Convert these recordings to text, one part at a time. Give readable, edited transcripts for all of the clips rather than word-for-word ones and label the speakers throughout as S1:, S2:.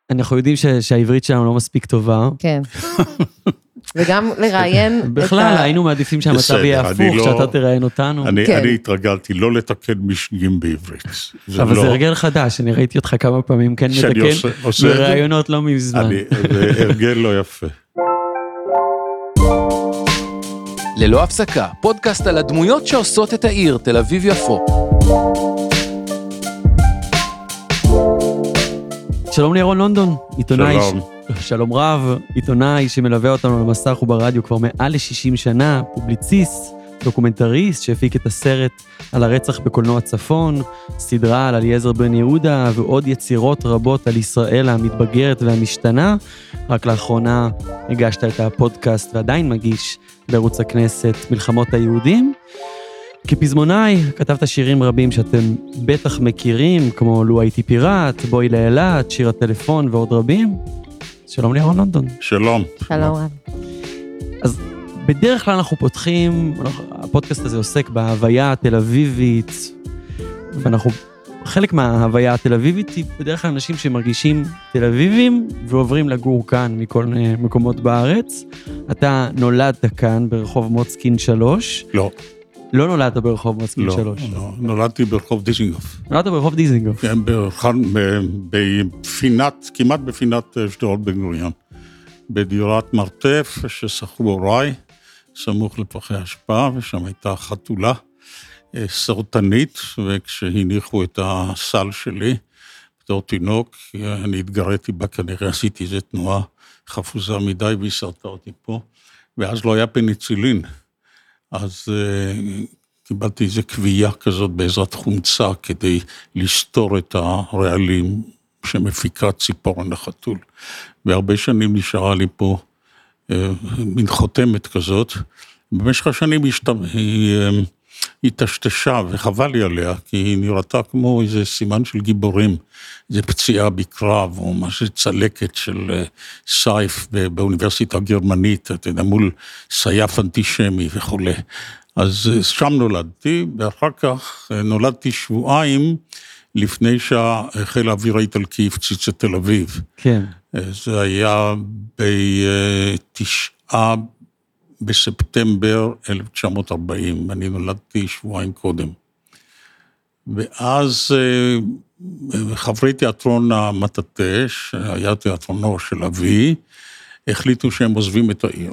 S1: אנחנו יודעים שהעברית שלנו לא מספיק טובה.
S2: כן. וגם לראיין...
S1: בכלל, היינו מעדיפים שהמצב יהיה הפוך, שאתה תראיין אותנו.
S3: אני התרגלתי לא לתקן משנים בעברית.
S1: אבל זה הרגל חדש, אני ראיתי אותך כמה פעמים כן מתקן, ברעיונות לא מזמן.
S3: זה הרגל לא יפה.
S4: ללא הפסקה, פודקאסט על הדמויות שעושות את העיר תל אביב-יפו.
S1: שלום לירון לונדון, עיתונאי.
S3: שלום.
S1: שלום רב, עיתונאי שמלווה אותנו על המסך וברדיו כבר מעל ל-60 שנה, פובליציסט, דוקומנטריסט שהפיק את הסרט על הרצח בקולנוע צפון, סדרה על אליעזר בן יהודה ועוד יצירות רבות על ישראל המתבגרת והמשתנה. רק לאחרונה הגשת את הפודקאסט ועדיין מגיש בערוץ הכנסת מלחמות היהודים. כפזמונאי כתבת שירים רבים שאתם בטח מכירים, כמו לו הייתי פיראט, בואי לאילת, שיר הטלפון ועוד רבים. שלום לירון לונדון.
S3: שלום.
S2: שלום רב.
S1: אז בדרך כלל אנחנו פותחים, הפודקאסט הזה עוסק בהוויה התל אביבית, ואנחנו, חלק מההוויה התל אביבית היא בדרך כלל אנשים שמרגישים תל אביבים ועוברים לגור כאן מכל מקומות בארץ. אתה נולדת כאן ברחוב מוצקין 3.
S3: לא.
S1: לא נולדת ברחוב מוצקין 3.
S3: לא, נולדתי ברחוב דיזינגוף.
S1: נולדת ברחוב דיזינגוף.
S3: כן, בפינת, כמעט בפינת שדרות בן גוריון. בדירת מרתף ששכרו הוריי, סמוך לפחי אשפה, ושם הייתה חתולה סרטנית, וכשהניחו את הסל שלי, בתור תינוק, אני התגרתי בה, כנראה עשיתי איזו תנועה חפוזה מדי, והיא סרטה אותי פה, ואז לא היה פניצילין. אז קיבלתי איזו קביעה כזאת בעזרת חומצה, כדי לסתור את הרעלים שמפיקה ציפורן לחתול. והרבה שנים נשארה לי פה מין חותמת כזאת. במשך השנים היא טשטשה, וחבל לי עליה, כי היא נראתה כמו איזה סימן של גיבורים, איזה פציעה בקרב, או משהו צלקת של סייף באוניברסיטה הגרמנית, אתה יודע, מול סייף אנטישמי וכו'. אז שם נולדתי, ואחר כך נולדתי שבועיים, לפני שהחיל האוויר האיטלקי הפציץ את תל אביב.
S1: כן.
S3: זה היה ב9 בספטמבר 1940, אני נולדתי שבועיים קודם. ואז חברי תיאטרון המטאטה, שהיה תיאטרונו של אבי, החליטו שהם עוזבים את העיר,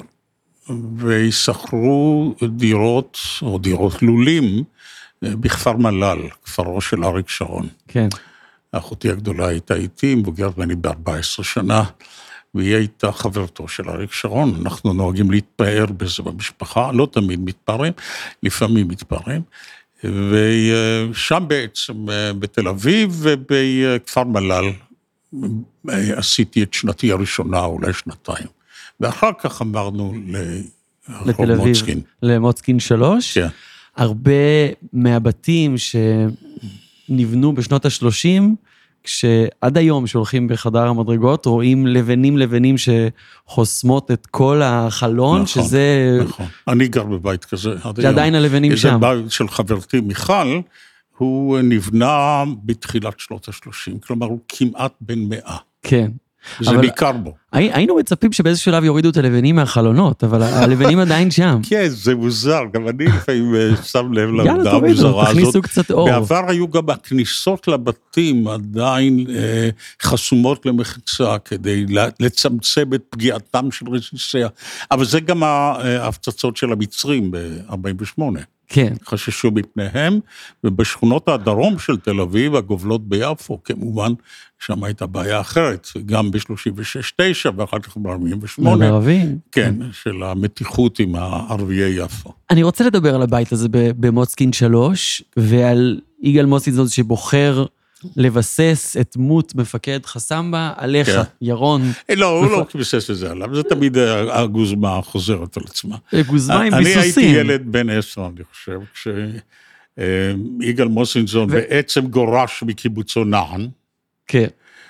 S3: ויסחרו דירות, או דירות לולים, בכפר מלל, כפרו של אריק שרון.
S1: כן.
S3: אחותי הגדולה הייתה איתי, מבוגרת ממני ב14 שנה, והיא הייתה חברתו של אריק שרון. אנחנו נוהגים להתפאר בזה במשפחה, לא תמיד מתפארים, לפעמים מתפארים. ושם בעצם בתל אביב ובכפר מלל עשיתי את שנתי הראשונה, אולי שנתיים. ואחר כך אמרנו לרחוב מוצקין.
S1: למוצקין 3.
S3: כן.
S1: הרבה מהבתים שנבנו בשנות ה-30, כשעד היום שהולכים בחדר המדרגות, רואים לבנים שחוסמות את כל החלון,
S3: נכון,
S1: שזה...
S3: נכון. אני גר בבית כזה.
S1: זה עדיין הלבנים שם.
S3: זה בית של חברתי מיכל, הוא נבנה בתחילת שנות ה-30, כלומר הוא כמעט בן 100.
S1: כן.
S3: זה ניכר בו.
S1: היינו מצפים שבאיזשהו שלב יורידו את הלבנים מהחלונות, אבל הלבנים עדיין שם.
S3: כן, זה מוזר, גם אני לפעמים שם לב לעובדה המוזרה הזאת.
S1: יאללה, תכניסו קצת אור.
S3: בעבר היו גם הכניסות לבתים עדיין חסומות למחצה, כדי לצמצם את פגיעתם של רסיסיה, אבל זה גם ההפצצות של המצרים ב-48.
S1: כן.
S3: חששו מפניהם, ובשכונות הדרום של תל אביב, הגובלות ביפו, כמובן, שם הייתה בעיה אחרת, גם ב-36-9, ואחר כך ב-48.
S1: בערבים.
S3: כן, של המתיחות עם הערביי יפו.
S1: אני רוצה לדבר על הבית הזה במוצקין 3, ועל יגאל מוסיצון שבוחר לבסס את דמות מפקד חסמבה עליך, ירון.
S3: לא, הוא לא מבסס את זה עליו, זה תמיד הגוזמה חוזרת על עצמה.
S1: גוזמה עם ביסוסים.
S3: אני הייתי ילד בן 10, אני חושב, כשיגאל מוסיצון בעצם גורש מקיבוצו נען.
S1: כן.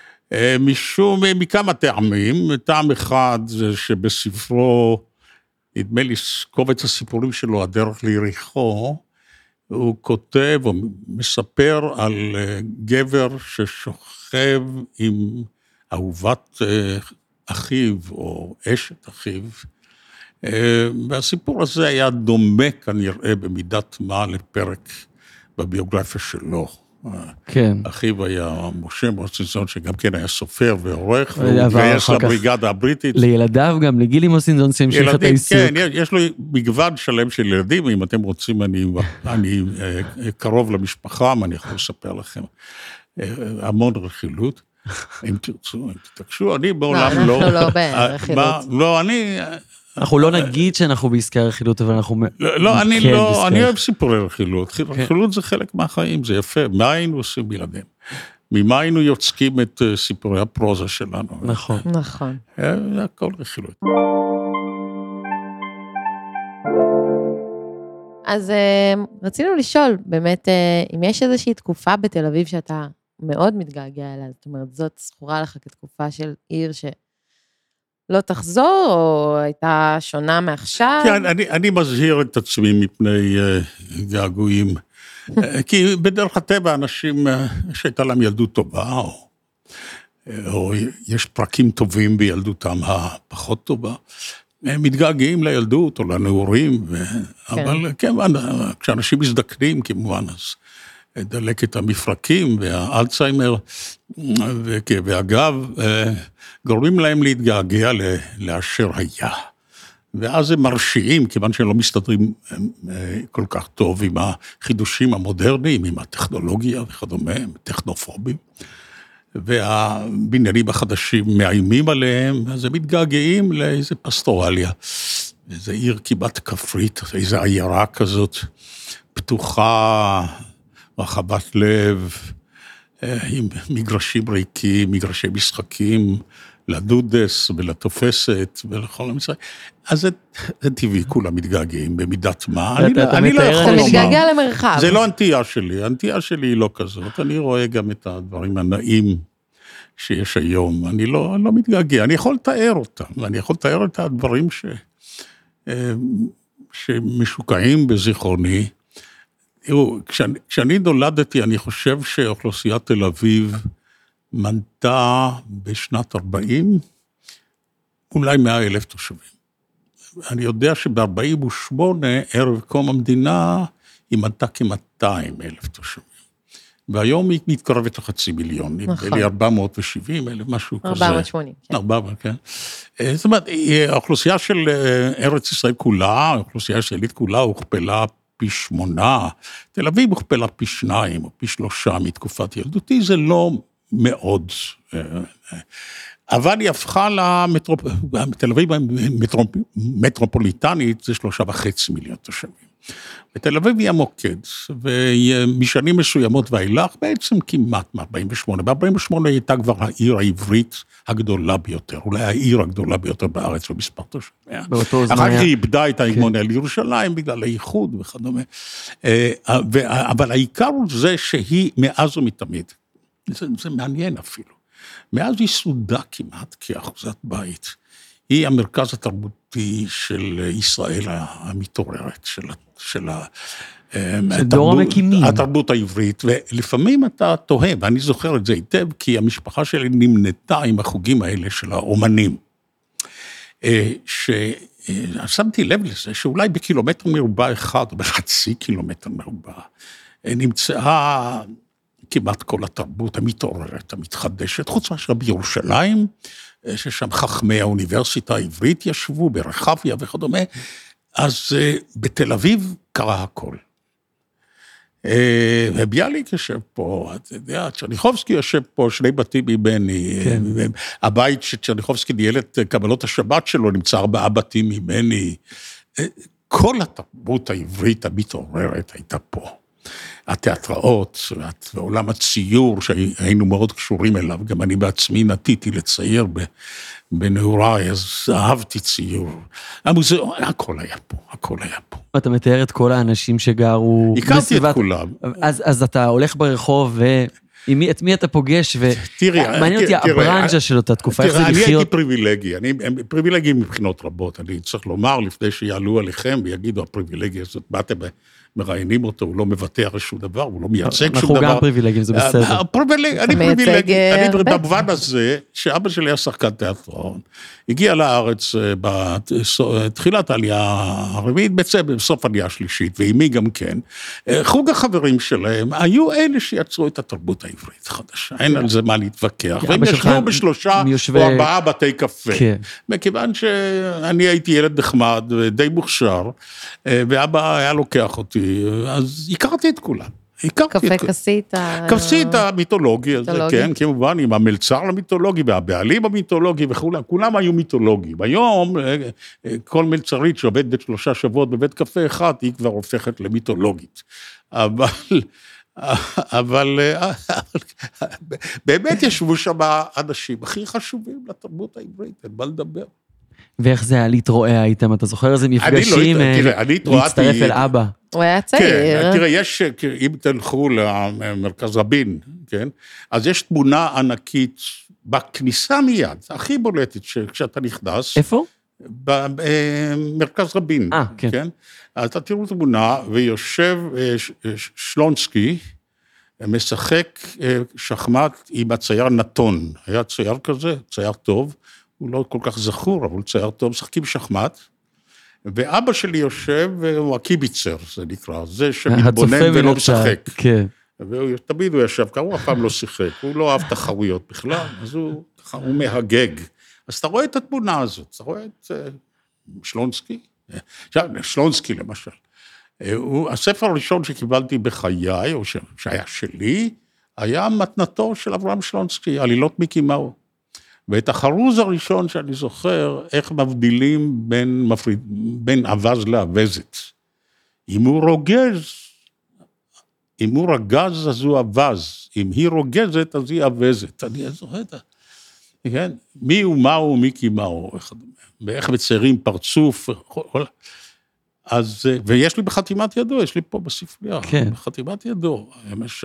S3: מכמה טעמים, טעם אחד זה שבספרו, נדמה לי קובץ הסיפורים שלו, הדרך ליריחו, הוא כותב או מספר על גבר ששוכב עם אהובת אחיו או אשת אחיו, והסיפור הזה היה דומה כנראה במידת מה לפרק בביוגרפיה שלו.
S1: כן.
S3: אחיו היה משה מוסינזון, שגם כן היה סופר ועורך, והוא התגייס לבריגדה הבריטית.
S1: לילדיו גם, לגילי מוסינזון, שהמשיך את העיסוק.
S3: כן, יש לו מגוון שלם של ילדים, אם אתם רוצים, אני קרוב למשפחה, אני יכול לספר לכם המון רכילות. אם תרצו, אם תתעקשו, אני בעולם לא...
S2: אנחנו לא ברכילות.
S3: לא,
S1: אנחנו לא נגיד שאנחנו בעסקי הרכילות, אבל אנחנו...
S3: לא, אני אוהב סיפורי רכילות. רכילות זה חלק מהחיים, זה יפה. מה היינו עושים בלעדיהם? ממה היינו יוצקים את סיפורי הפרוזה שלנו?
S1: נכון.
S2: נכון.
S3: זה הכל רכילות.
S2: אז רצינו לשאול, באמת, אם יש איזושהי תקופה בתל אביב שאתה מאוד מתגעגע אליה, זאת אומרת, זאת זכורה לך כתקופה של עיר שלא תחזור, או הייתה שונה מעכשיו?
S3: כן, אני מזהיר את עצמי מפני געגועים, כי בדרך הטבע אנשים שהייתה להם ילדות טובה, או יש פרקים טובים בילדותם הפחות טובה, הם מתגעגעים לילדות או לנעורים, אבל כן, כשאנשים מזדקנים כמובן, אז דלקת המפרקים והאלצהיימר והגב, גורמים להם להתגעגע לאשר היה. ואז הם מרשיעים, כיוון שהם לא מסתדרים כל כך טוב עם החידושים המודרניים, עם הטכנולוגיה וכדומה, הם טכנופובים. והבניינים החדשים מאיימים עליהם, אז הם מתגעגעים לאיזה פסטורליה, איזו עיר כמעט כפרית, איזו עיירה כזאת, פתוחה, רחבת לב, עם מגרשים ריקים, מגרשי משחקים, לדודס ולתופסת ולכל המצרים. אז זה טבעי, כולם מתגעגעים במידת מה. אני לא יכול לומר.
S2: אתה מתגעגע למרחב.
S3: זה לא הנטייה שלי, הנטייה שלי היא לא כזאת. אני רואה גם את הדברים הנעים שיש היום. אני לא מתגעגע, אני יכול לתאר אותם, ואני יכול לתאר את הדברים שמשוקעים בזיכרוני. תראו, כשאני נולדתי, אני חושב שאוכלוסיית תל אביב מנתה בשנת 40, אולי 100,000 תושבים. אני יודע שב-48, ערב קום המדינה, היא מנתה כ-200,000 תושבים. והיום היא מתקרבת לחצי מיליון, נכון. נדמה לי 470,000, משהו
S2: 480,
S3: כזה. 480, כן. זאת אומרת, האוכלוסייה של ארץ ישראל כולה, האוכלוסייה הישראלית כולה, הוכפלה פי 8, תל אביב הוכפלה פי 2 או פי 3 מתקופת ילדותי, זה לא מאוד, אבל היא הפכה תל אביב מטרופוליטנית, זה 3.5 מיליון תושבים. בתל אביב היא המוקד, ומשנים מסוימות ואילך, בעצם כמעט מ-48. ב-48 הייתה כבר העיר העברית הגדולה ביותר, אולי העיר הגדולה ביותר בארץ במספר תושבים. אחר כך היא איבדה את ההגמוניה לירושלים, בגלל האיחוד וכדומה. אבל העיקר הוא זה שהיא מאז ומתמיד, זה מעניין אפילו, מאז היא סודה כמעט כאחוזת בית, היא המרכז התרבותי של ישראל המתעוררת, של
S1: דור המקימים.
S3: התרבות העברית, ולפעמים אתה תוהה, ואני זוכר את זה היטב, כי המשפחה שלי נמנתה עם החוגים האלה של האומנים, שמתי לב לזה, שאולי בקילומטר מרובע אחד, או בחצי קילומטר מרובע, נמצאה כמעט כל התרבות המתעוררת, המתחדשת, חוץ מאשר בירושלים, ששם חכמי האוניברסיטה העברית ישבו, ברחביה וכדומה, אז בתל אביב קרה הכל. וביאליק יושב פה, אתה יודע, צ'רניחובסקי יושב פה, 2 בתים ממני, כן. הבית שצ'רניחובסקי ניהל את קבלות השבת שלו, נמצא 4 בתים ממני, כל התרבות העברית המתעוררת הייתה פה. התיאטראות, ועולם הציור שהיינו מאוד קשורים אליו, גם אני בעצמי נטיתי לצייר בנעוריי, אז אהבתי ציור. המוזיאון, הכל היה פה, הכל היה פה.
S1: אתה מתאר את כל האנשים שגרו...
S3: הכרתי את כולם.
S1: אז אתה הולך ברחוב את מי אתה פוגש, ומעניין אותי הברנז'ה של אותה תקופה, איך זה לחיות.
S3: אני הייתי פריבילגי, אני פריבילגי מבחינות רבות, אני צריך לומר לפני שיעלו עליכם ויגידו, הפריבילגיה הזאת, באתם מראיינים אותו, הוא לא מבטא שום דבר, הוא לא מייצג שום דבר.
S1: אנחנו גם פריבילגים, זה בסדר.
S3: אני פריבילגי, אני במובן הזה, שאבא שלי היה שחקן תיאטרון, הגיע לארץ בתחילת העלייה הרביעית, בסוף העלייה השלישית, ואימי גם כן. חוג החברים שלהם היו אלה שיצרו את התרבות העברית החדשה, אין על זה מה להתווכח, והם ישבו בשלושה או 4 בתי קפה, מכיוון שאני הייתי ילד נחמד ודי מוכשר, ואבא היה לוקח אותי, אז הכרתי את כולם.
S2: קפה כסית.
S3: כסית המיתולוגי הזה, כן, כמובן, עם המלצר המיתולוגי, והבעלים המיתולוגי וכולם, כולם היו מיתולוגיים. היום, כל מלצרית שעובדת 3 שבועות בבית קפה אחד, היא כבר הופכת למיתולוגית. אבל באמת ישבו שם אנשים הכי חשובים לתרבות העברית, אין מה לדבר.
S1: ואיך זה היה להתרועע איתם? אתה זוכר איזה מפגשים להצטרף אל אבא?
S2: הוא היה צעיר.
S3: כן, תראה, יש, אם תלכו למרכז רבין, כן, אז יש תמונה ענקית בכניסה מיד, הכי בולטת כשאתה נכנס.
S1: איפה?
S3: במרכז רבין, כן. אז אתה תראו תמונה, ויושב שלונסקי, משחק שחמט עם הצייר נתון. היה צייר כזה, צייר טוב, הוא לא כל כך זכור, אבל צייר טוב, משחקים שחמט, ואבא שלי יושב, הוא הקיביצר, זה נקרא, זה שמתבונן ולא משחק.
S1: כן.
S3: ותמיד הוא ישב, הוא אף פעם לא שיחק, הוא לא אהב תחרויות בכלל, אז הוא מהגג. אז אתה רואה את התמונה הזאת, אתה רואה את שלונסקי, שלונסקי למשל. הספר הראשון שקיבלתי בחיי, או שהיה שלי, היה מתנתו של אברהם שלונסקי, עלילות מיקי מאו. ואת החרוז הראשון שאני זוכר, איך מבדילים בין אבז לאבזת. אם הוא רגז, אז הוא אבז. אם היא רוגזת, אז היא אבזת. אני זוכר את זה. כן? מי הוא, מה הוא, מיקי מאו, ואיך מציירים פרצוף. אז, ויש לי בחתימת ידו, יש לי פה בספרייה.
S1: כן.
S3: בחתימת ידו, למשל.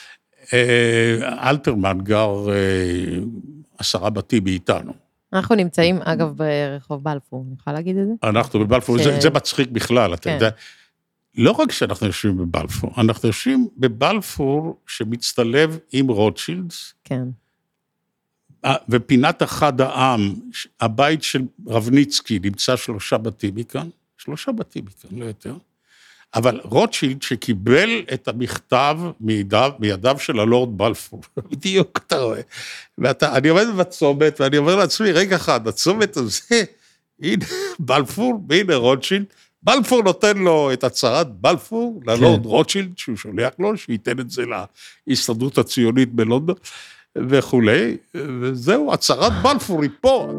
S3: אלתרמן גר 10 בתים מאיתנו.
S2: אנחנו נמצאים, אגב, ברחוב בלפור, אני יכולה להגיד את זה?
S3: אנחנו בבלפור, זה מצחיק בכלל, אתה יודע. לא רק שאנחנו יושבים בבלפור, אנחנו יושבים בבלפור שמצטלב עם רוטשילדס,
S2: כן.
S3: ופינת אחד העם, הבית של רבניצקי, נמצא 3 בתים מכאן, 3 בתים מכאן, לא יותר. אבל רוטשילד שקיבל את המכתב מידיו של הלורד בלפור, בדיוק אתה רואה, ואני עומד בצומת, ואני אומר לעצמי, רגע אחד, הצומת הזה, הנה בלפור, והנה רוטשילד, בלפור נותן לו את הצהרת בלפור, ללורד רוטשילד, שהוא שולח לו, שייתן את זה להסתדרות הציונית בלונדון, וכולי, וזהו, הצהרת בלפור היא פה.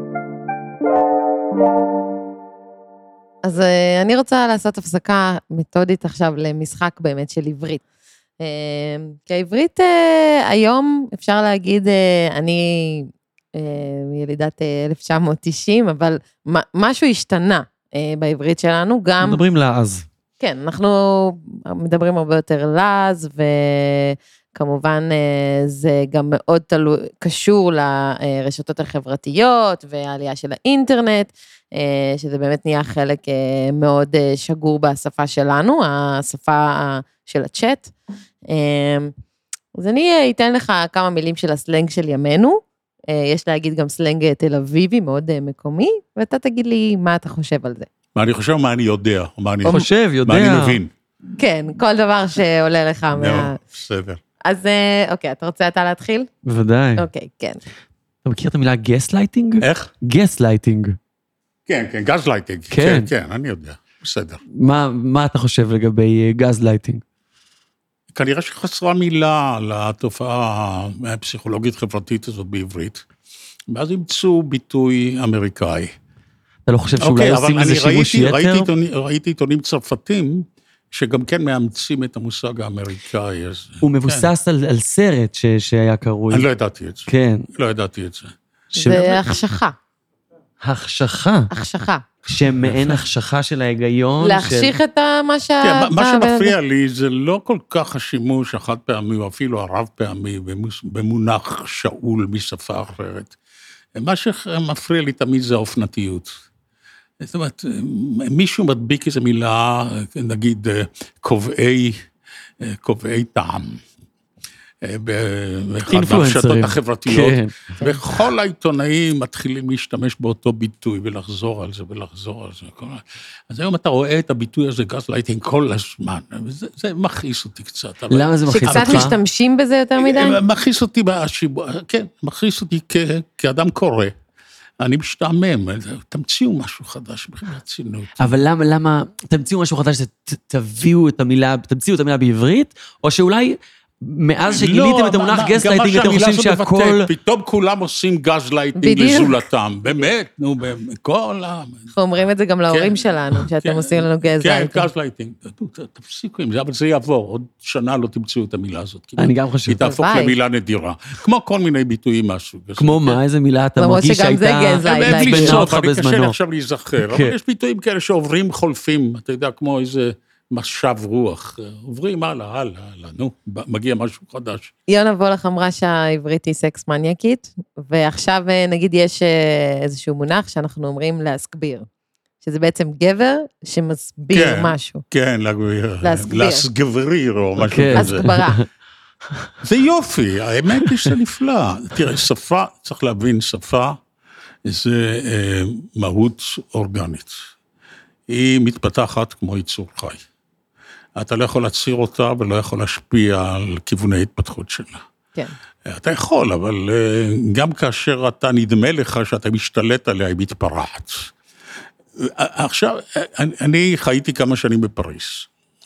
S2: אז אני רוצה לעשות הפסקה מתודית עכשיו למשחק באמת של עברית. כי העברית היום אפשר להגיד, אני ילידת 1990, אבל משהו השתנה בעברית שלנו, גם...
S1: מדברים לעז.
S2: כן, אנחנו מדברים הרבה יותר לעז, וכמובן זה גם מאוד קשור לרשתות החברתיות, והעלייה של האינטרנט, שזה באמת נהיה חלק מאוד שגור בשפה שלנו, השפה של הצ'אט. אז אני אתן לך כמה מילים של הסלנג של ימינו, יש להגיד גם סלנג תל אביבי, מאוד מקומי, ואתה תגיד לי מה אתה חושב על זה.
S3: מה אני חושב, מה אני יודע, מה אני מבין.
S2: כן, כל דבר שעולה לך
S3: בסדר.
S2: אז אוקיי, אתה רוצה אתה להתחיל?
S1: בוודאי.
S2: אוקיי, כן.
S1: אתה מכיר את המילה גסלייטינג?
S3: איך?
S1: גסלייטינג.
S3: כן, גזלייטינג. כן, אני יודע, בסדר.
S1: מה אתה חושב לגבי גזלייטינג?
S3: כנראה שחסרה מילה לתופעה הפסיכולוגית חברתית הזאת בעברית, ואז ימצאו ביטוי אמריקאי.
S1: אתה לא חושב שאולי עושים איזה שימוש יתר?
S3: ראיתי עיתונים צרפתים, שגם כן מאמצים את המושג האמריקאי.
S1: הוא מבוסס על סרט שהיה קרוי.
S3: אני לא ידעתי את זה.
S1: כן.
S3: לא ידעתי את זה.
S2: זה החשכה.
S1: החשכה?
S2: החשכה.
S1: שמעין החשכה של ההיגיון.
S2: להחשיך את מה ש...
S3: מה שמפריע לי זה לא כל כך השימוש החד פעמי, או אפילו הרב פעמי, במונח שאול משפה אחרת. מה שמפריע לי תמיד זה האופנתיות. זאת אומרת, מישהו מדביק איזו מילה, נגיד, קובעי טעם. באחד מהרשתות החברתיות, וכל העיתונאים מתחילים להשתמש באותו ביטוי, ולחזור על זה, ולחזור על זה. אז היום אתה רואה את הביטוי הזה, גזלייטינג, כל הזמן, וזה מכעיס אותי קצת.
S1: למה זה מכעיס אותך?
S2: שקצת משתמשים בזה יותר מדי?
S3: מכעיס אותי, כן, מכעיס אותי כאדם קורא. אני משתעמם, תמציאו משהו חדש, ברצינות.
S1: אבל למה, תמציאו משהו חדש, תמציאו את המילה בעברית, או שאולי מאז שגיליתם את המונח גזלייטינג, אתם חושבים שהכל...
S3: פתאום כולם עושים גזלייטינג לזולתם, באמת, נו, כל ה...
S2: אנחנו אומרים את זה גם להורים שלנו, שאתם עושים לנו גזלייטינג.
S3: כן, גזלייטינג, תפסיקו עם זה, אבל זה יעבור, עוד שנה לא תמצאו את המילה הזאת.
S1: אני גם חושב.
S3: היא תהפוך למילה נדירה, כמו כל מיני ביטויים משהו.
S1: כמו מה, איזה מילה אתה מרגיש שהייתה עצבנה אותך בזמנו.
S3: קשה לי עכשיו להיזכר, אבל יש ביטויים כאלה שעוברים חולפים, אתה יודע, כמו איזה... משב רוח, עוברים הלאה, נו, מגיע משהו חדש.
S2: יונה וולך אמרה שהעברית היא סקס מניאקית, ועכשיו נגיד יש איזשהו מונח שאנחנו אומרים להסגביר, שזה בעצם גבר שמסביר משהו.
S3: כן, להסגבריר או משהו כזה.
S2: הסגברה.
S3: זה יופי, האמת היא שזה נפלא. תראה, שפה, צריך להבין, שפה זה מהות אורגנית. היא מתפתחת כמו יצור חי. אתה לא יכול להציר אותה ולא יכול להשפיע על כיווני התפתחות שלה.
S2: כן.
S3: אתה יכול, אבל גם כאשר אתה נדמה לך שאתה משתלט עליה, היא מתפרעת. עכשיו, אני חייתי כמה שנים בפריס.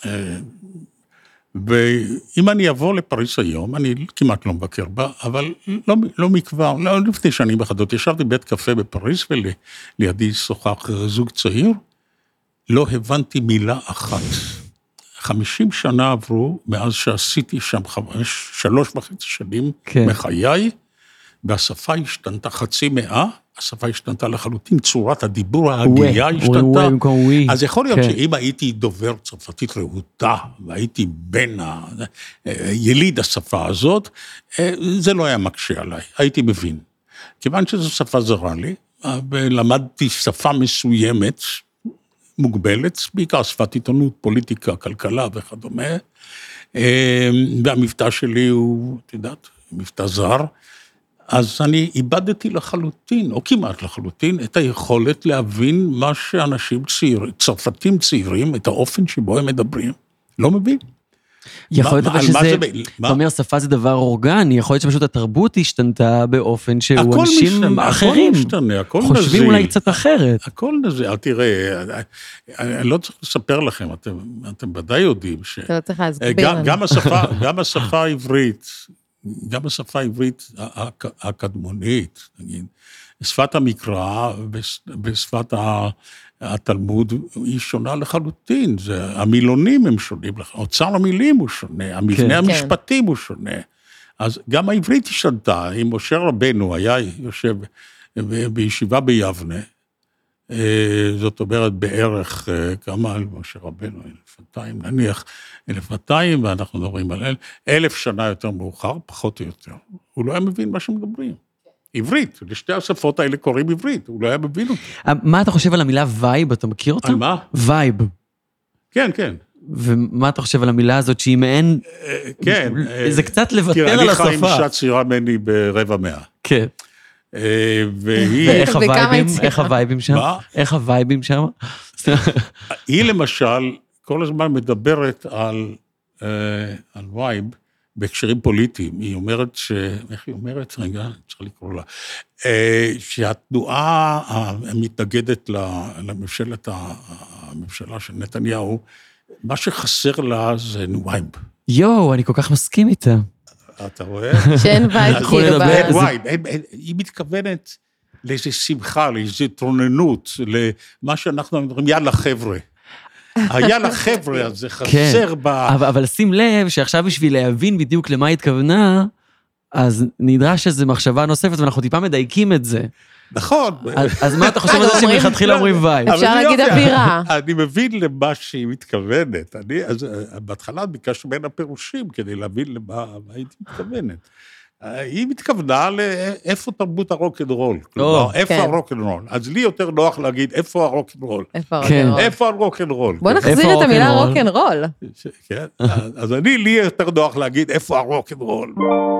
S3: ואם אני אבוא לפריס היום, אני כמעט לא מבקר בה, אבל לא מכבר, לא לפני שנים אחדות, ישבתי בבית קפה בפריס, ולידי שוחח זוג צעיר, לא הבנתי מילה אחת. 50 שנה עברו, מאז שעשיתי שם 3.5 שנים מחיי, והשפה השתנתה חצי מאה, השפה השתנתה לחלוטין, צורת הדיבור, ההגייה השתנתה. אז יכול להיות שאם הייתי דובר צרפתית רהוטה, והייתי בן יליד השפה הזאת, זה לא היה מקשה עליי, הייתי מבין. כיוון שזו שפה זרה לי, ולמדתי שפה מסוימת, מוגבלת, בעיקר שפת עיתונות, פוליטיקה, כלכלה וכדומה, והמבטא שלי הוא, את יודעת, מבטא זר, אז אני איבדתי לחלוטין, או כמעט לחלוטין, את היכולת להבין מה שאנשים צעירים, צרפתים צעירים, את האופן שבו הם מדברים, לא מבין.
S1: יכול להיות שזה, אתה אומר, שפה זה דבר אורגני, יכול להיות שפשוט התרבות השתנתה באופן שהוא אנשים אחרים, חושבים אולי קצת אחרת.
S3: הכל נזה, תראה, אני לא צריך לספר לכם, אתם ודאי יודעים, גם השפה העברית, גם השפה העברית הקדמונית, נגיד, שפת המקרא ושפת התלמוד היא שונה לחלוטין, המילונים הם שונים, אוצר המילים הוא שונה, המבנה המשפטים הוא שונה, אז גם העברית השתנתה, אם משה רבנו היה יושב בישיבה ביבנה, זאת אומרת בערך כמה משה רבנו, 1200, נניח 1200, ואנחנו מדברים על 1000 שנה יותר מאוחר, פחות או יותר, הוא לא היה מבין מה שמדברים. עברית, לשתי השפות האלה קוראים עברית, הוא לא היה מבין אותי.
S1: מה אתה חושב על המילה וייב, אתה מכיר אותה?
S3: על מה?
S1: וייב.
S3: כן, כן.
S1: ומה אתה חושב על המילה הזאת שהיא מעין...
S3: כן.
S1: זה קצת לוותר על השפה.
S3: תראה, אני חיים צעירה ממני ברבע מאה.
S1: כן.
S3: ואיך
S1: הווייבים שם?
S3: מה?
S1: איך הווייבים שם?
S3: היא למשל, כל הזמן מדברת על וייב, בהקשרים פוליטיים, היא אומרת איך היא אומרת? רגע, צריך לקרוא לה, שהתנועה המתנגדת לממשלה של נתניהו, מה שחסר לה זה וייב.
S1: יו, אני כל כך מסכים איתה.
S3: אתה רואה?
S2: שאין וייב כאילו
S3: וייב, היא מתכוונת לאיזו שמחה, לאיזו תרוננות, למה שאנחנו אומרים, יאללה חבר'ה. היה לחבר'ה, אז זה חסר ב...
S1: אבל שים לב שעכשיו בשביל להבין בדיוק למה התכוונה, אז נדרש איזו מחשבה נוספת, ואנחנו טיפה מדייקים את זה.
S3: נכון.
S1: אז מה אתה חושב על זה שמלכתחילה אומרים וייב?
S2: אפשר להגיד אווירה.
S3: אני מבין למה שהיא מתכוונת. אז בהתחלה ביקשתי בין הפירושים, כדי להבין למה הייתי מתכוונת. היא מתכוונה לאיפה תרבות הרוק'נ'רול. כלומר, איפה הרוק'נ'רול. אז לי יותר נוח להגיד איפה הרוק'נ'רול. איפה הרוק'נ'רול.
S2: בוא נחזיר את המילה רוק'נ'רול.
S3: כן, אז לי יותר נוח להגיד איפה הרוק'נ'רול.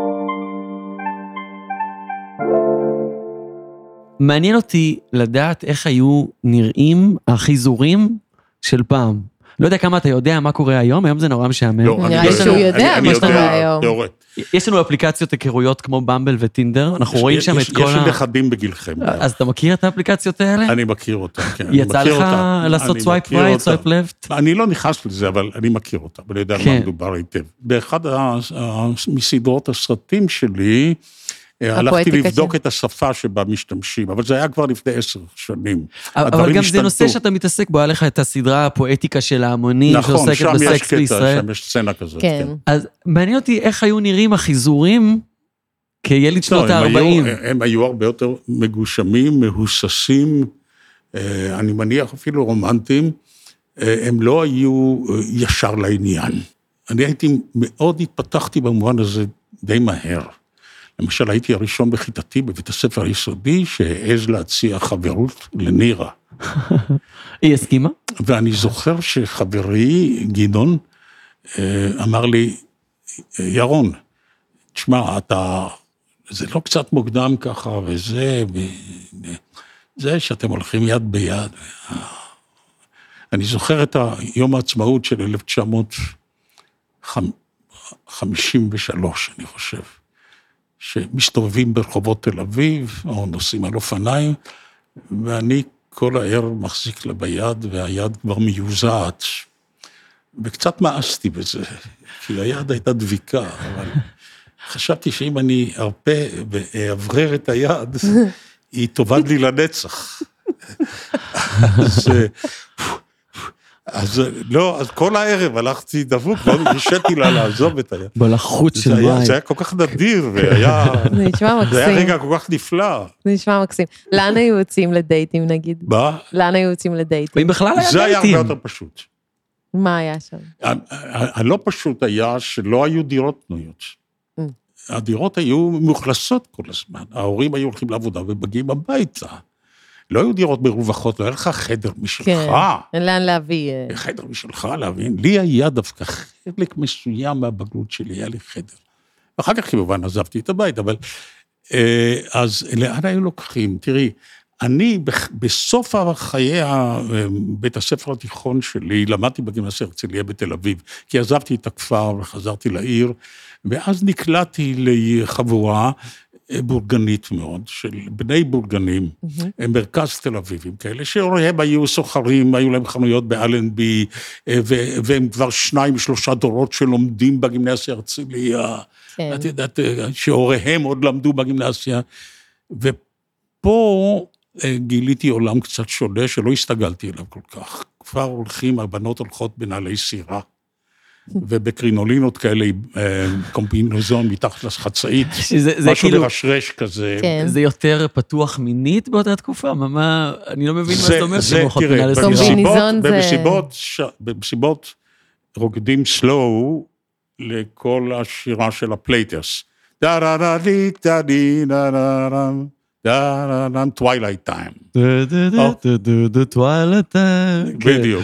S1: מעניין אותי לדעת איך היו נראים החיזורים של פעם. לא יודע כמה אתה יודע מה קורה היום, היום זה נורא משעמם.
S2: נראה לי שהוא יודע מה קורה היום.
S1: יש לנו אפליקציות היכרויות כמו במבל וטינדר, אנחנו רואים שם את כל
S3: יש לי נכדים בגילכם.
S1: אז אתה מכיר את האפליקציות האלה?
S3: אני מכיר אותם, כן.
S1: יצא לך לעשות סווייפ רייט, סווייפ לפט?
S3: אני לא נכנס לזה, אבל אני מכיר אותם, אני יודע על מה מדובר היטב. באחד מסדרות הסרטים שלי, הלכתי לבדוק את השפה שבה משתמשים, אבל זה היה כבר לפני 10 שנים.
S1: אבל גם זה נושא שאתה מתעסק בו, היה לך את הסדרה הפואטיקה של ההמונים, שעוסקת בסקס בישראל.
S3: שם יש סצנה כזאת.
S2: כן.
S1: אז מעניין אותי איך היו נראים החיזורים כילד שנות ה-40.
S3: הם היו הרבה יותר מגושמים, מהוססים, אני מניח אפילו רומנטיים, הם לא היו ישר לעניין. אני מאוד התפתחתי במובן הזה די מהר. למשל, הייתי הראשון בכיתתי בבית הספר היסודי, שהעז להציע חברות לנירה.
S1: היא הסכימה?
S3: ואני זוכר שחברי גדעון אמר לי, ירון, תשמע, זה לא קצת מוקדם ככה, זה שאתם הולכים יד ביד. אני זוכר את יום העצמאות של 1953, אני חושב. שמסתובבים ברחובות תל אביב, או נוסעים על אופניים, ואני כל הערב מחזיק לה ביד, והיד כבר מיוזעת, וקצת מאסתי בזה, כי היד הייתה דביקה, אבל חשבתי שאם אני ארפה ואעברר את היד, היא תאבד לי לנצח. אז כל הערב הלכתי דבוק, והרשיתי לה לעזוב את היד.
S1: בלחות של מים.
S3: זה היה כל כך נדיר, והיה...
S2: זה נשמע מקסים.
S3: זה היה רגע כל כך נפלא.
S2: זה נשמע מקסים. לאן היו יוצאים לדייטים, נגיד?
S3: מה?
S2: לאן היו יוצאים לדייטים?
S1: אם בכלל היה דייטים.
S3: זה היה הרבה יותר פשוט.
S2: מה היה שם?
S3: הלא פשוט היה שלא היו דירות פנויות. הדירות היו מאוכלסות כל הזמן. ההורים היו הולכים לעבודה ומגיעים הביתה. לא היו דירות מרווחות, לא היה לך חדר משלך.
S2: כן, אין לאן להביא.
S3: חדר משלך להבין. לי היה דווקא חלק מסוים מהבגרות שלי, היה לי חדר. ואחר כך כמובן עזבתי את הבית, אבל... אז לאן היו לוקחים? תראי, אני בסוף חיי בית הספר התיכון שלי, למדתי בגימנסיה הרצליה בתל אביב, כי עזבתי את הכפר וחזרתי לעיר, ואז נקלעתי לחבורה בורגנית מאוד, של בני בורגנים, מרכז תל אביבים כאלה, שהוריהם היו סוחרים, היו להם חנויות באלנבי, והם כבר 2-3 דורות שלומדים בגימנסיה הרצליה, את יודעת, שהוריהם עוד למדו בגימנסיה, ופה גיליתי עולם קצת שונה, שלא הסתגלתי אליו כל כך. כבר הולכים, הבנות הולכות בנעלי סירה, ובקרינולינות כאלה, קומבינזון מתחת לחצאית, משהו לרשרש כזה.
S1: זה יותר פתוח מינית באותה תקופה? אני לא מבין מה זאת אומרת.
S3: במסיבות רוקדים סלואו לכל השירה של הפלייטרס. טווילייט טיים.
S1: טווילייט טיים.
S3: בדיוק.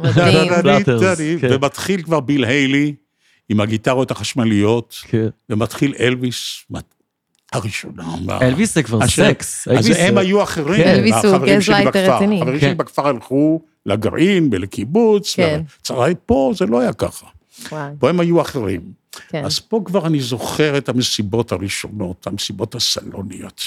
S3: ומתחיל כבר ביל היילי, עם הגיטרות החשמליות, ומתחיל אלוויס, הראשונה.
S1: אלוויס זה כבר סקס.
S3: אז הם היו אחרים,
S2: אלוויס הוא גזלייטר רציני.
S3: החברים שלי בכפר הלכו לגרעין ולקיבוץ, פה זה לא היה ככה. פה הם היו אחרים. אז פה כבר אני זוכר את המסיבות הראשונות, המסיבות הסלוניות.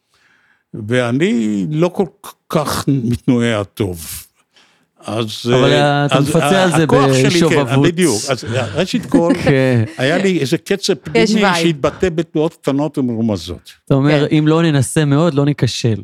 S3: ואני לא כל כך מתנועע טוב.
S1: אבל אתה מפצה על זה בשובבות.
S3: בדיוק. אז ראשית כל, היה לי איזה קצב פנימי שהתבטא בתנועות קטנות ומרומזות.
S1: אתה אומר, אם לא ננסה מאוד, לא ניקשל.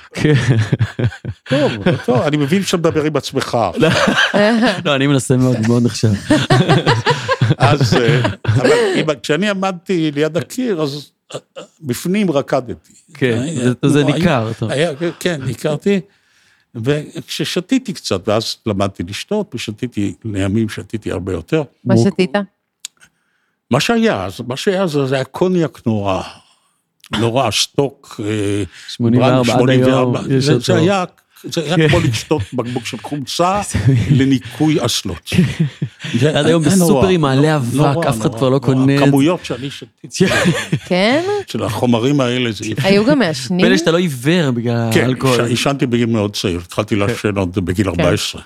S3: טוב, אני מבין שאתה מדבר עם עצמך.
S1: לא, אני מנסה מאוד, מאוד נחשב.
S3: אז, אבל כשאני עמדתי ליד הקיר, אז בפנים רקדתי.
S1: כן, זה ניכר.
S3: כן, ניכרתי. וכששתיתי קצת, ואז למדתי לשתות, ושתיתי, לימים שתיתי הרבה יותר.
S2: מה שתית?
S3: מה שהיה זה היה קוניאק נורא. נורא, שטוק,
S1: 84 עד היום.
S3: זה היה כמו לשתות בקבוק של חומצה לניקוי אסלות.
S1: עד היום בסופרים מעלה אבק, אף אחד כבר לא קונה.
S3: הכמויות שאני שתיתי.
S2: כן?
S3: של החומרים האלה.
S2: היו גם מעשנים?
S1: פלא שאתה לא עיוור בגלל האלכוהול.
S3: כן, עישנתי בגיל מאוד צעיר, התחלתי לעשן עוד בגיל 14.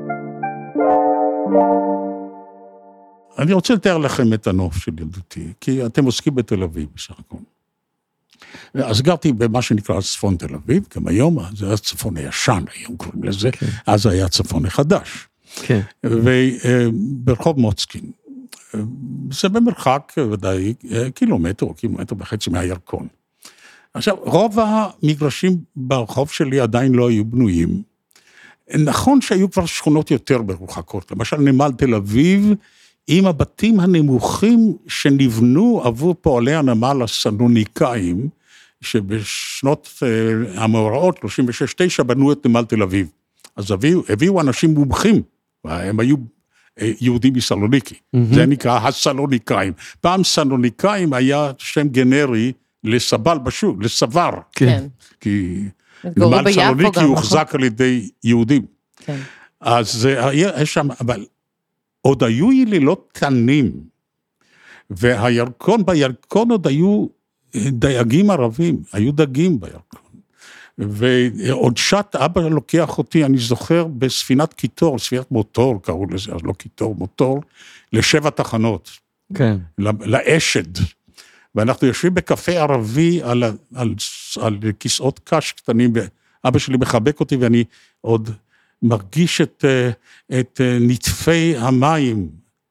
S3: אני רוצה לתאר לכם את הנוף של ילדותי, כי אתם עוסקים בתל אביב בסך הכל. אז גרתי במה שנקרא צפון תל אביב, גם היום, זה היה צפון הישן, היום קוראים לזה, אז היה צפון החדש.
S1: כן.
S3: וברחוב מוצקין, זה במרחק ודאי קילומטר או קילומטר וחצי מהירקון. עכשיו, רוב המגרשים ברחוב שלי עדיין לא היו בנויים. נכון שהיו כבר שכונות יותר מרוחקות, למשל נמל תל אביב, עם הבתים הנמוכים שנבנו עבור פועלי הנמל הסלוניקאים, שבשנות המאורעות, 36-9, בנו את נמל תל אביב. אז הביאו אנשים מומחים, הם היו יהודים מסלוניקי, זה נקרא הסלוניקאים. פעם סלוניקאים היה שם גנרי לסבל בשוק, לסבר.
S2: כן.
S3: כי נמל סלוניקי הוחזק על ידי יהודים.
S2: כן.
S3: אז יש שם, אבל עוד היו ילילות תנים, בירקון עוד היו דייגים ערבים, היו דגים בירקון. ועוד שעת אבא לוקח אותי, אני זוכר, בספינת קיטור, ספינת מוטור, קראו לזה, אז לא קיטור, מוטור, ל7 תחנות.
S1: כן.
S3: לאשד. ואנחנו יושבים בקפה ערבי על כיסאות קש קטנים, ואבא שלי מחבק אותי, ואני עוד מרגיש את נטפי המים,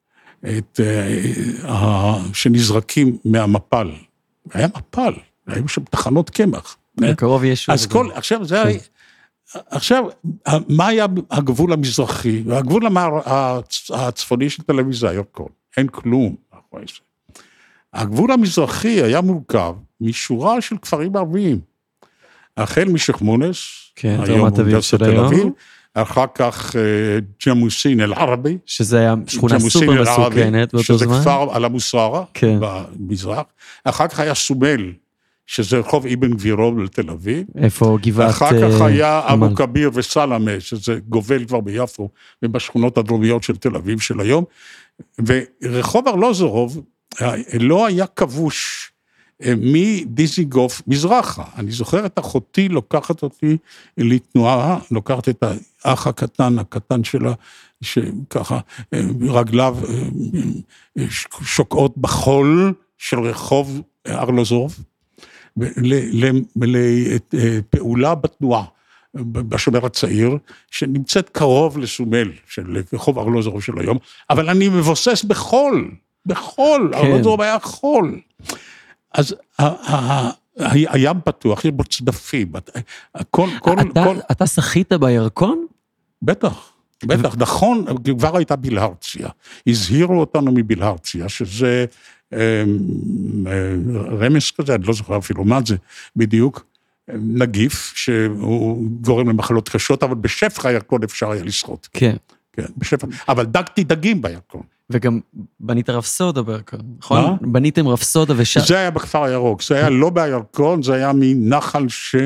S3: שנזרקים מהמפל. היה מפל, היו שם תחנות קמח.
S1: בקרוב יש...
S3: אז עכשיו זה היה... עכשיו, מה היה הגבול המזרחי? הגבול הצפוני של תל אביב זה הירקון. אין כלום. הגבול המזרחי היה מורכב משורה של כפרים ערביים. החל משייח' מונס, היום אוניברסיטת תל אביב, אחר כך ג'מוסין אל-ערבי,
S1: שזה היה שכונה סופר מסוכנת באותו זמן.
S3: שזה כפר על המוסררה, במזרח. אחר כך היה סומל, שזה רחוב אבן גבירול לתל אביב.
S1: איפה גבעת...
S3: אחר כך היה אבו כביר וסלמה, שזה גובל כבר ביפו, ובשכונות הדרומיות של תל אביב של היום. ורחוב ארלוזורוב לא היה כבוש מדיזיגוף מזרחה. אני זוכר את אחותי לוקחת אותי לתנועה, לוקחת את האח הקטן שלה, שככה רגליו שוקעות בחול של רחוב ארלוזורוב, לפעולה בתנועה, בשומר הצעיר, שנמצאת קרוב לסומל, של רחוב ארלוזורוב של היום, אבל אני מבוסס בחול, ארלוזורוב היה חול. אז הים פתוח, יש בו צדפים.
S1: אתה שחית בירקון?
S3: בטח, נכון, כבר הייתה בלהרציה. הזהירו אותנו מבלהרציה, שזה רמז כזה, אני לא זוכר אפילו מה זה, בדיוק, נגיף, שהוא גורם למחלות קשות, אבל בשפך הירקון אפשר היה לשחות.
S1: כן.
S3: כן, בשפך, אבל דגתי דגים בירקון.
S1: וגם בנית רפסודה בירקון, נכון? בניתם רפסודה ושם...
S3: זה היה בכפר הירוק, זה היה לא בירקון, זה היה מנחל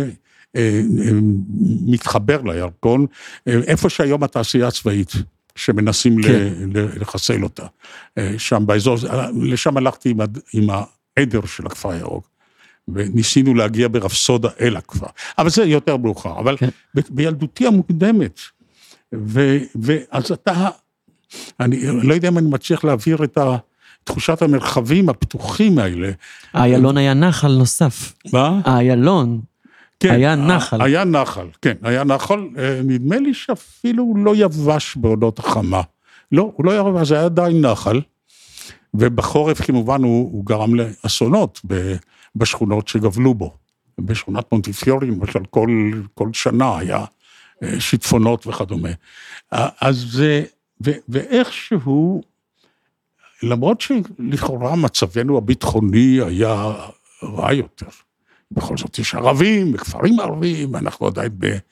S3: שמתחבר לירקון, איפה שהיום התעשייה הצבאית, שמנסים לחסל אותה, שם באזור, לשם הלכתי עם העדר של הכפר הירוק, וניסינו להגיע ברפסודה אל הכפר, אבל זה יותר מאוחר, אבל בילדותי המוקדמת, ואז אתה... אני לא יודע אם אני מצליח להעביר את תחושת המרחבים הפתוחים האלה.
S1: האיילון היה נחל נוסף.
S3: מה?
S1: האיילון היה נחל.
S3: היה נחל, כן, היה נחל, נדמה לי שאפילו הוא לא יבש בעונות החמה. לא, הוא לא יבש, זה היה עדיין נחל, ובחורף כמובן הוא גרם לאסונות בשכונות שגבלו בו. בשכונת מונטיפיורי, למשל כל שנה היה שיטפונות וכדומה. אז זה... ואיכשהו, למרות שלכאורה מצבנו הביטחוני היה רע יותר, בכל זאת יש ערבים, בכפרים ערבים, אנחנו עדיין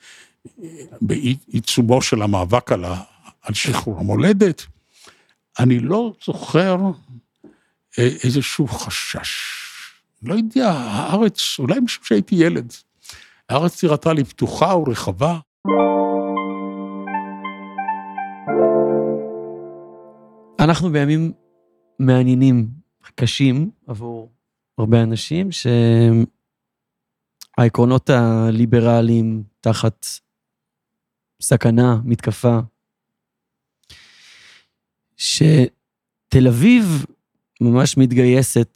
S3: בעיצומו של המאבק על שחרור המולדת, אני לא זוכר איזשהו חשש לא יודע, הארץ, אולי משום שהייתי ילד, הארץ נראתה לי פתוחה ורחבה.
S1: אנחנו בימים מעניינים, קשים, עבור הרבה אנשים, שהעקרונות הליברליים תחת סכנה, מתקפה, שתל אביב ממש מתגייסת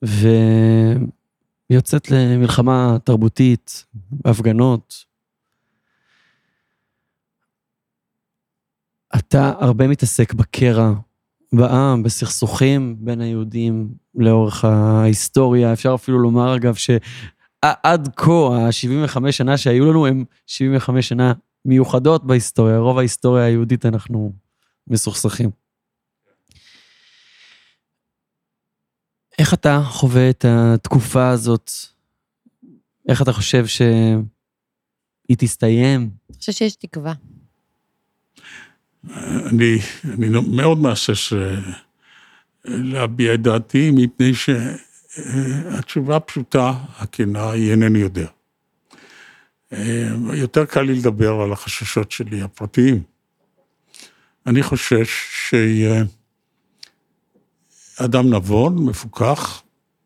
S1: ויוצאת למלחמה תרבותית, בהפגנות. אתה הרבה מתעסק בקרע בעם, בסכסוכים בין היהודים לאורך ההיסטוריה. אפשר אפילו לומר, אגב, שעד כה, ה-75 שנה שהיו לנו, הם 75 שנה מיוחדות בהיסטוריה. רוב ההיסטוריה היהודית אנחנו מסוכסכים. איך אתה חווה את התקופה הזאת? איך אתה חושב שהיא תסתיים?
S2: אני חושב שיש תקווה.
S3: אני מאוד מהסס להביע את דעתי, מפני שהתשובה פשוטה, הכנה, היא אינני יודע. יותר קל לי לדבר על החששות שלי הפרטיים. אני חושש שאדם נבון, מפוקח,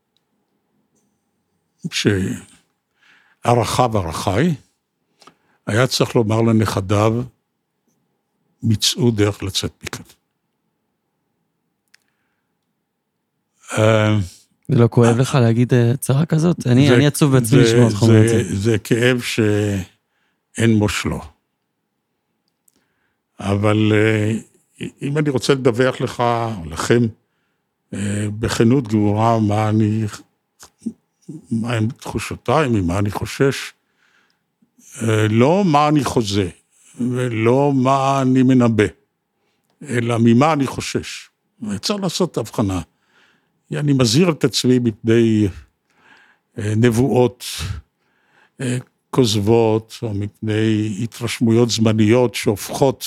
S3: שערכיו ערכי, היה צריך לומר לנכדיו, מצאו דרך לצאת מכאן.
S1: זה לא כואב לך להגיד צרה כזאת? אני עצוב בעצמי לשמוע אותך אומר את זה.
S3: זה כאב שאין מושלו. אבל אם אני רוצה לדווח לך, לכם, בכנות גמורה, מה הם תחושותיי, ממה אני חושש, לא מה אני חוזה, ולא מה אני מנבא, אלא ממה אני חושש. צריך לעשות הבחנה. אני מזהיר את עצמי מפני נבואות כוזבות, או מפני התרשמויות זמניות שהופכות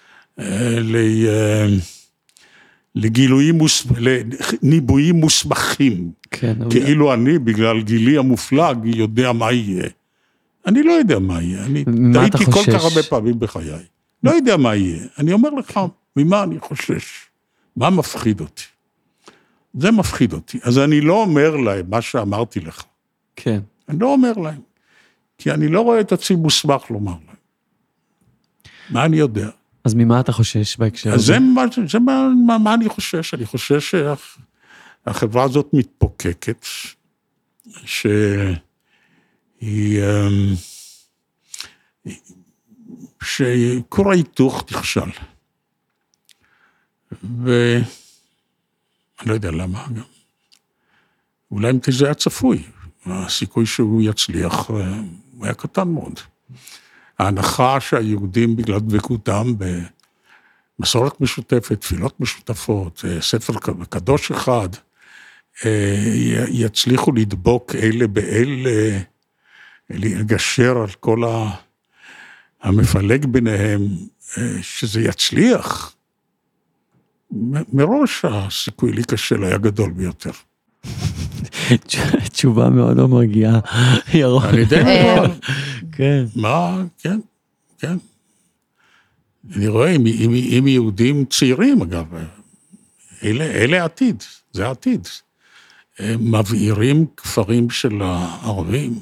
S3: לניבויים מוסמכים.
S1: כן,
S3: כאילו אני, בגלל גילי המופלג, יודע מה יהיה. אני לא יודע מה יהיה, אני הייתי כל כך הרבה פעמים בחיי. לא יודע מה יהיה. אני אומר לך, ממה אני חושש? מה מפחיד אותי? זה מפחיד אותי. אז אני לא אומר להם מה שאמרתי לך.
S1: כן.
S3: אני לא אומר להם, כי אני לא רואה את עצמי מוסמך לומר להם. מה אני יודע?
S1: אז ממה אתה חושש בהקשר הזה?
S3: זה מה אני חושש. אני חושש שהחברה הזאת מתפוקקת, שכור ההיתוך תכשל. ואני לא יודע למה גם. אולי אם זה היה צפוי, הסיכוי שהוא יצליח, הוא היה קטן מאוד. ההנחה שהיהודים בגלל דבקותם במסורת משותפת, תפילות משותפות, ספר קדוש אחד, יצליחו לדבוק אלה באלה, לגשר על כל המפלג ביניהם, שזה יצליח. מראש הסיכוי להיכשל היה גדול ביותר.
S1: תשובה מאוד לא מרגיעה, ירון.
S3: אני די מבין.
S1: כן.
S3: מה? כן, כן. אני רואה, אם יהודים צעירים, אגב, אלה העתיד, זה העתיד. מבעירים כפרים של הערבים,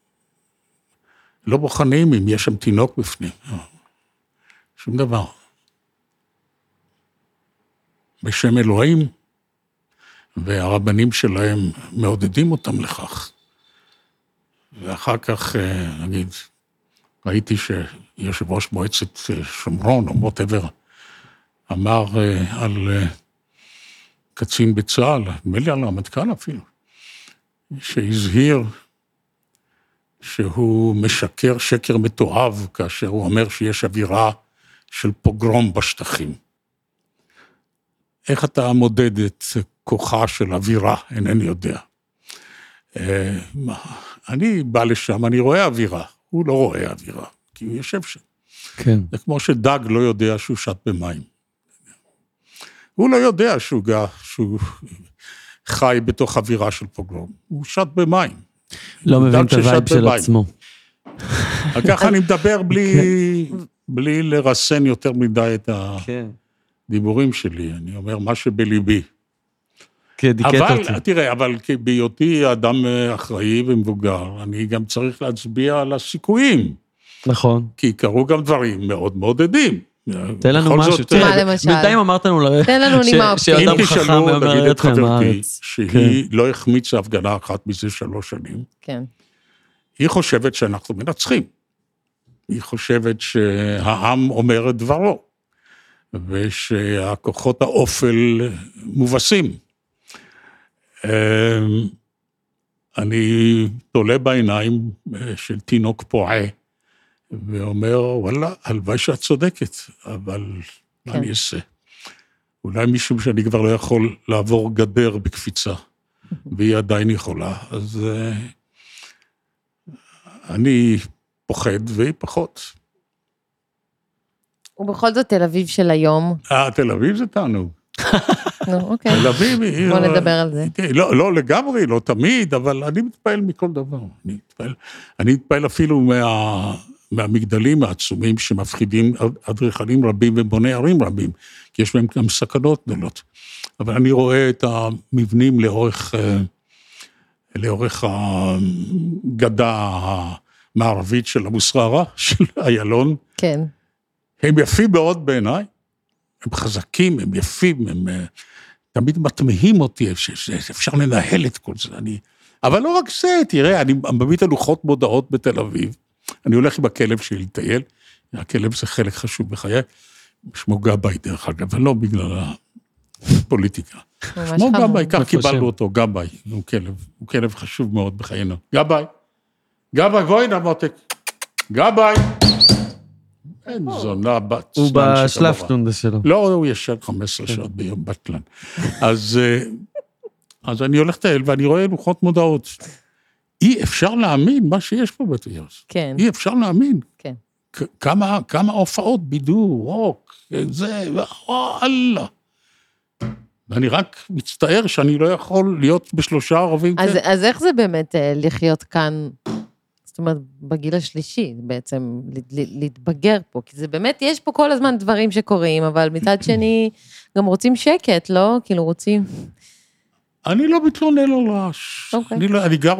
S3: לא בוחנים אם יש שם תינוק בפנים, שום דבר. בשם אלוהים, והרבנים שלהם מעודדים אותם לכך. ואחר כך, נגיד, ראיתי שיושב ראש מועצת שומרון, או מוטבר, אמר על קצין בצה"ל, נדמה לי על הרמטכ"ל אפילו, שהזהיר שהוא משקר שקר מתועב, כאשר הוא אומר שיש אווירה של פוגרום בשטחים. איך אתה מודד את כוחה של אווירה? אינני יודע. אני בא לשם, אני רואה אווירה, הוא לא רואה אווירה, כי הוא יושב שם.
S1: כן.
S3: זה כמו שדג לא יודע שהוא שט במים. הוא לא יודע שהוא חי בתוך אווירה של פוגרום. הוא שט במים.
S1: לא מבין את הווייב של עצמו.
S3: על כך אני מדבר בלי לרסן יותר מדי את הדיבורים שלי. אני אומר מה שבליבי. אבל, תראה, אבל בהיותי אדם אחראי ומבוגר, אני גם צריך להצביע על הסיכויים.
S1: נכון.
S3: כי קרו גם דברים מאוד מעודדים.
S1: תן לנו משהו,
S2: מה למשל?
S1: בינתיים אמרת לנו
S3: אם תשאלו, נגיד את חברתי, שהיא לא החמיצה הפגנה אחת מזה 3 שנים, היא חושבת שאנחנו מנצחים. היא חושבת שהעם אומר את דברו, ושהכוחות האופל מובסים. אני תולה בעיניים של תינוק פועה, ואומר, וואלה, הלוואי שאת צודקת, אבל מה אני אעשה? אולי משום שאני כבר לא יכול לעבור גדר בקפיצה, והיא עדיין יכולה, אז אני פוחד והיא פחות.
S2: ובכל זאת תל אביב של היום.
S3: תל אביב זה תענוג.
S2: אוקיי.
S3: תל אביב היא...
S2: בוא נדבר על זה.
S3: לא לגמרי, לא תמיד, אבל אני מתפעל מכל דבר. אני מתפעל אפילו מהמגדלים העצומים שמפחידים אדריכלים רבים ובוני ערים רבים, כי יש בהם גם סכנות גדולות. אבל אני רואה את המבנים לאורך הגדה המערבית של המוסררה, של איילון.
S2: כן.
S3: הם יפים מאוד בעיניי, הם חזקים, הם יפים, הם תמיד מתמהים אותי, שאפשר לנהל את כל זה. אבל לא רק זה, תראה, אני מביא את הלוחות מודעות בתל אביב, אני הולך עם הכלב שלי לטייל, הכלב זה חלק חשוב בחיי, שמו גבאי דרך אגב, אבל לא בגלל הפוליטיקה. שמו גבאי, כך קיבלנו אותו, גבאי, הוא כלב חשוב מאוד בחיינו. גבאי, בואי נמותק, גבאי. אין זונה בת.
S1: הוא בשלפטונדה שלו.
S3: לא, הוא ישן 15 שעות ביום בטלן. אז אני הולך לטייל ואני רואה לוחות מודעות. אי אפשר להאמין מה שיש פה בתיאס.
S2: כן.
S3: אי אפשר להאמין.
S2: כן.
S3: כמה הופעות, בידור, רוק, זה, וואלה. ואני רק מצטער שאני לא יכול להיות ב3 ערבים.
S2: אז איך זה באמת לחיות כאן, זאת אומרת, בגיל השלישי, בעצם להתבגר פה, כי זה באמת, יש פה כל הזמן דברים שקורים, אבל מצד שני, גם רוצים שקט, לא? כאילו רוצים...
S3: אני לא מתלונן על רעש. אני גר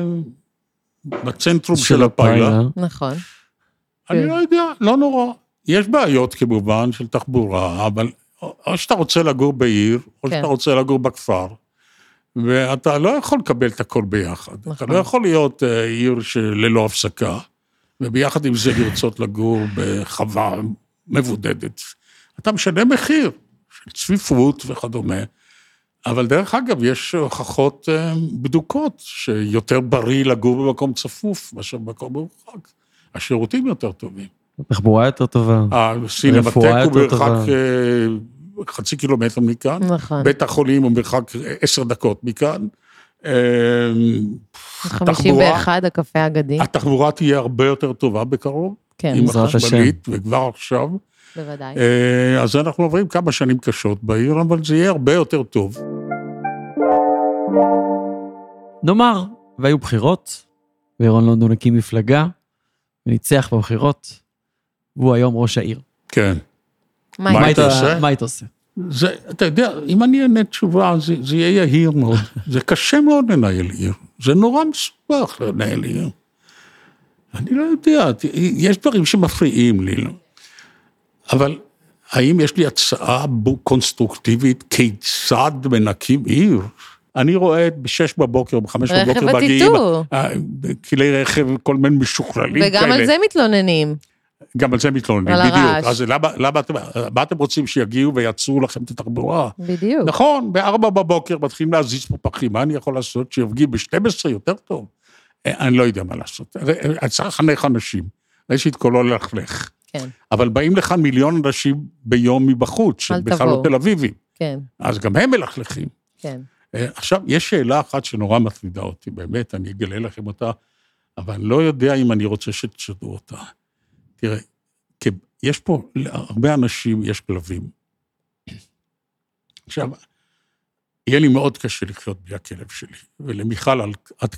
S3: בצנטרום של הפיילה.
S2: נכון.
S3: אני לא יודע, לא נורא. יש בעיות כמובן של תחבורה, אבל או שאתה רוצה לגור בעיר, או שאתה רוצה לגור בכפר, ואתה לא יכול לקבל את הכל ביחד. אתה לא יכול להיות עיר שללא הפסקה, וביחד עם זה לרצות לגור בחווה מבודדת. אתה משנה מחיר של צפיפות וכדומה, אבל דרך אגב, יש הוכחות בדוקות, שיותר בריא לגור במקום צפוף, מאשר במקום מרוחק. השירותים יותר טובים.
S1: תחבורה יותר טובה.
S3: הסינמטק הוא במרחק חצי קילומטר מכאן.
S2: נכון.
S3: בית החולים הוא במרחק 10 דקות מכאן.
S2: 51, הקפה האגדי.
S3: התחבורה תהיה הרבה יותר טובה בקרוב.
S2: כן.
S3: עם החשמלית, וכבר עכשיו.
S2: בוודאי.
S3: אז אנחנו עוברים כמה שנים קשות בעיר, אבל זה יהיה הרבה יותר טוב.
S1: נאמר, והיו בחירות, וירון לונדון הקים מפלגה, וניצח בבחירות, והוא היום ראש העיר.
S3: כן.
S2: מה היית עושה?
S1: מה היית עושה?
S3: אתה יודע, אם אני אענה תשובה, זה יהיה יהיר מאוד. זה קשה מאוד לנהל עיר. זה נורא מסובך לנהל עיר. אני לא יודע, יש דברים שמפריעים לי, לא? אבל האם יש לי הצעה קונסטרוקטיבית כיצד מנקים עיר? אני רואה ב6 בבוקר, ב5 בבוקר,
S2: רכב הטיטור.
S3: כלי רכב, כל מיני משוכללים כאלה.
S2: וגם על זה מתלוננים.
S3: גם על זה מתלוננים, בדיוק. אז למה אתם רוצים שיגיעו ויצרו לכם את התחבורה?
S2: בדיוק.
S3: נכון, ב4 בבוקר מתחילים להזיז פה פחים, מה אני יכול לעשות? שיפגיעו ב12 יותר טוב? אני לא יודע מה לעשות. אני צריך לחנך אנשים, ראשית כולו ללכלך.
S2: כן.
S3: אבל באים לכאן 1,000,000 אנשים ביום מבחוץ, שבכלל לא תל אביבים.
S2: כן.
S3: אז גם הם מלכלכים.
S2: כן.
S3: עכשיו, יש שאלה אחת שנורא מטרידה אותי, באמת, אני אגלה לכם אותה, אבל אני לא יודע אם אני רוצה שתשדעו אותה. תראה, יש פה, להרבה אנשים יש כלבים. עכשיו, יהיה לי מאוד קשה לחיות בלי הכלב שלי, ולמיכל עד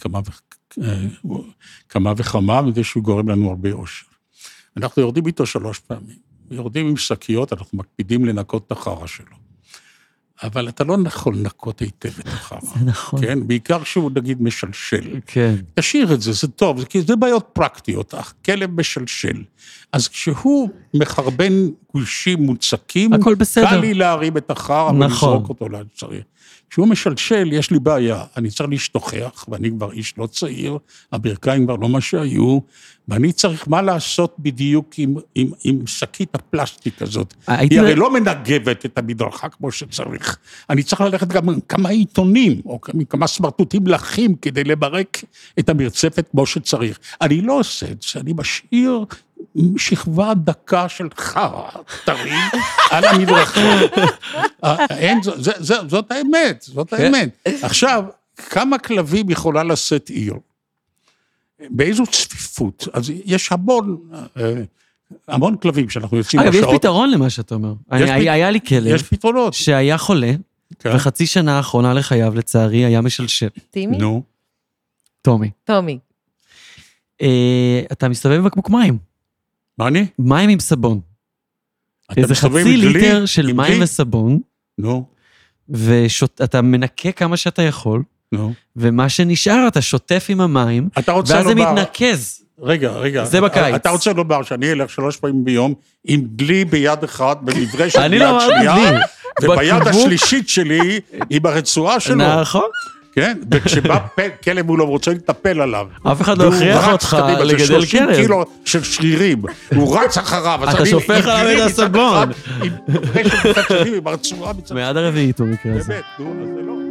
S3: כמה וכמה, מזה שהוא גורם לנו הרבה אושר. אנחנו יורדים איתו 3 פעמים, יורדים עם שקיות, אנחנו מקפידים לנקות את החרא שלו. אבל אתה לא יכול לנקות היטב את החרא.
S1: זה נכון.
S3: כן? בעיקר שהוא נגיד משלשל.
S1: כן.
S3: תשאיר את זה, זה טוב, כי זה בעיות פרקטיות, הכלב משלשל. אז כשהוא מחרבן גושים מוצקים,
S1: הכל בסדר.
S3: קל לי להרים את החרא ולזרוק אותו לאן שצריך. כשהוא משלשל, יש לי בעיה, אני צריך להשתוכח, ואני כבר איש לא צעיר, הברכיים כבר לא מה שהיו, ואני צריך מה לעשות בדיוק עם שקית הפלסטיק הזאת. היא הרי לא מנגבת את המדרכה כמו שצריך. אני צריך ללכת גם כמה עיתונים, או כמה סמרטוטים לחים, כדי לברק את המרצפת כמו שצריך. אני לא עושה את זה, אני משאיר שכבה דקה של חרא, טרי, על המדרכה. זאת האמת, זאת האמת. עכשיו, כמה כלבים יכולה לשאת עיר? באיזו צפיפות? אז יש המון כלבים שאנחנו יוצאים בשעות.
S1: אגב, יש פתרון למה שאתה אומר. היה לי כלב.
S3: יש פתרונות.
S1: שהיה חולה, וחצי שנה האחרונה לחייו, לצערי, היה משלשל.
S2: טימי?
S3: נו.
S1: טומי.
S2: טומי.
S1: אתה מסתובב בקבוק מים.
S3: מה אני?
S1: מים עם סבון. איזה חצי ליטר של מים וסבון.
S3: נו.
S1: ואתה מנקה כמה שאתה יכול.
S3: נו.
S1: ומה שנשאר, אתה שוטף עם המים, ואז זה מתנקז.
S3: רגע.
S1: זה בקיץ.
S3: אתה רוצה לומר שאני אלך 3 פעמים ביום, עם דלי ביד אחד, במברשת ביד
S1: לא
S3: שנייה, וביד השלישית שלי, עם הרצועה שלו.
S1: נכון.
S3: כן? וכשבא כלב הוא לא רוצה לטפל עליו.
S1: אף אחד לא הכריח אותך לגדל כלב.
S3: 30 קילו של שרירים, הוא רץ אחריו.
S1: אתה שופך עליו את הסבון.
S3: עם מברשת מצד שני, עם הרצועה מצד שני.
S1: מיד הרביעית הוא מקרה הזה.
S3: באמת, נו, זה לא.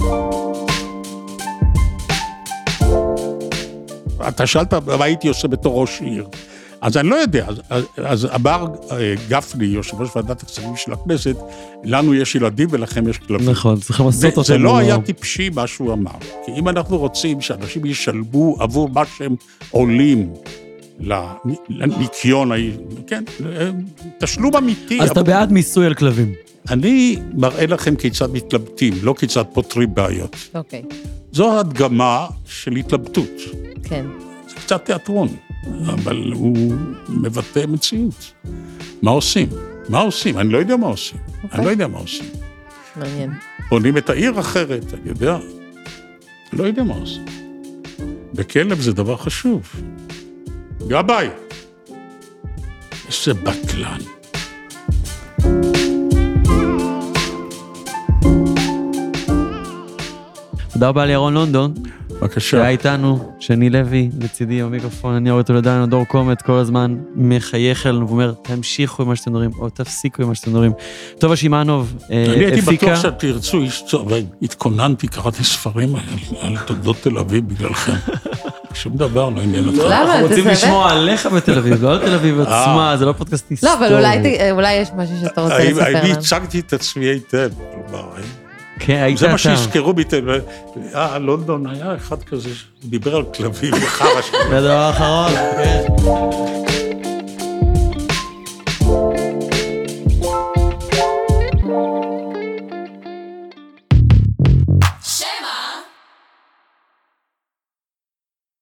S3: אתה שאלת מה הייתי עושה בתור ראש עיר. אז אני לא יודע, אז אמר גפני, יושב ראש ועדת הכספים של הכנסת, לנו יש ילדים ולכם יש כלבים.
S1: נכון, צריכים לעשות אותם.
S3: זה לא היה טיפשי מה שהוא אמר, כי אם אנחנו רוצים שאנשים ישלבו עבור מה שהם עולים לניקיון, כן, תשלום אמיתי.
S1: אז אתה בעד מיסוי על כלבים.
S3: אני מראה לכם כיצד מתלבטים, לא כיצד פותרים בעיות.
S2: אוקיי.
S3: זו הדגמה של התלבטות.
S2: כן.
S3: זה קצת תיאטרון, אבל הוא מבטא מציאות. מה עושים? מה עושים? אני לא יודע מה עושים. אני לא יודע מה עושים.
S2: מעניין.
S3: בונים את העיר אחרת, אני יודע. לא יודע מה עושים. בכלב זה דבר חשוב. גבאי. איזה בטלן.
S1: תודה רבה לירון לונדון.
S3: בבקשה.
S1: שהיה איתנו, שני לוי, לצידי במיקרופון, אני אורי תולדנו, דור קומט, כל הזמן מחייך אלינו ואומר, תמשיכו עם מה שאתם מדברים, או תפסיקו עם מה שאתם מדברים. טובה שמענוב,
S3: הפיקה. אני הייתי
S1: הפיקה.
S3: בטוח שתרצו, התכוננתי, קראתי ספרים על תולדות תל אביב בגללכם. שום דבר לא עניין אותך.
S2: למה?
S1: אנחנו רוצים לשמוע עליך בתל אביב, לא על תל אביב עצמה, זה לא פודקאסט היסטורי.
S2: לא, אבל אולי יש משהו שאתה רוצה לספר לנו.
S3: אני הצגתי את עצמי היטב, כלומר,
S1: כן, היית
S3: זה
S1: אתה.
S3: מה שהזכרו בי, לונדון היה אחד כזה, דיבר על כלבים וחרא.
S1: זה הדבר האחרון, כן.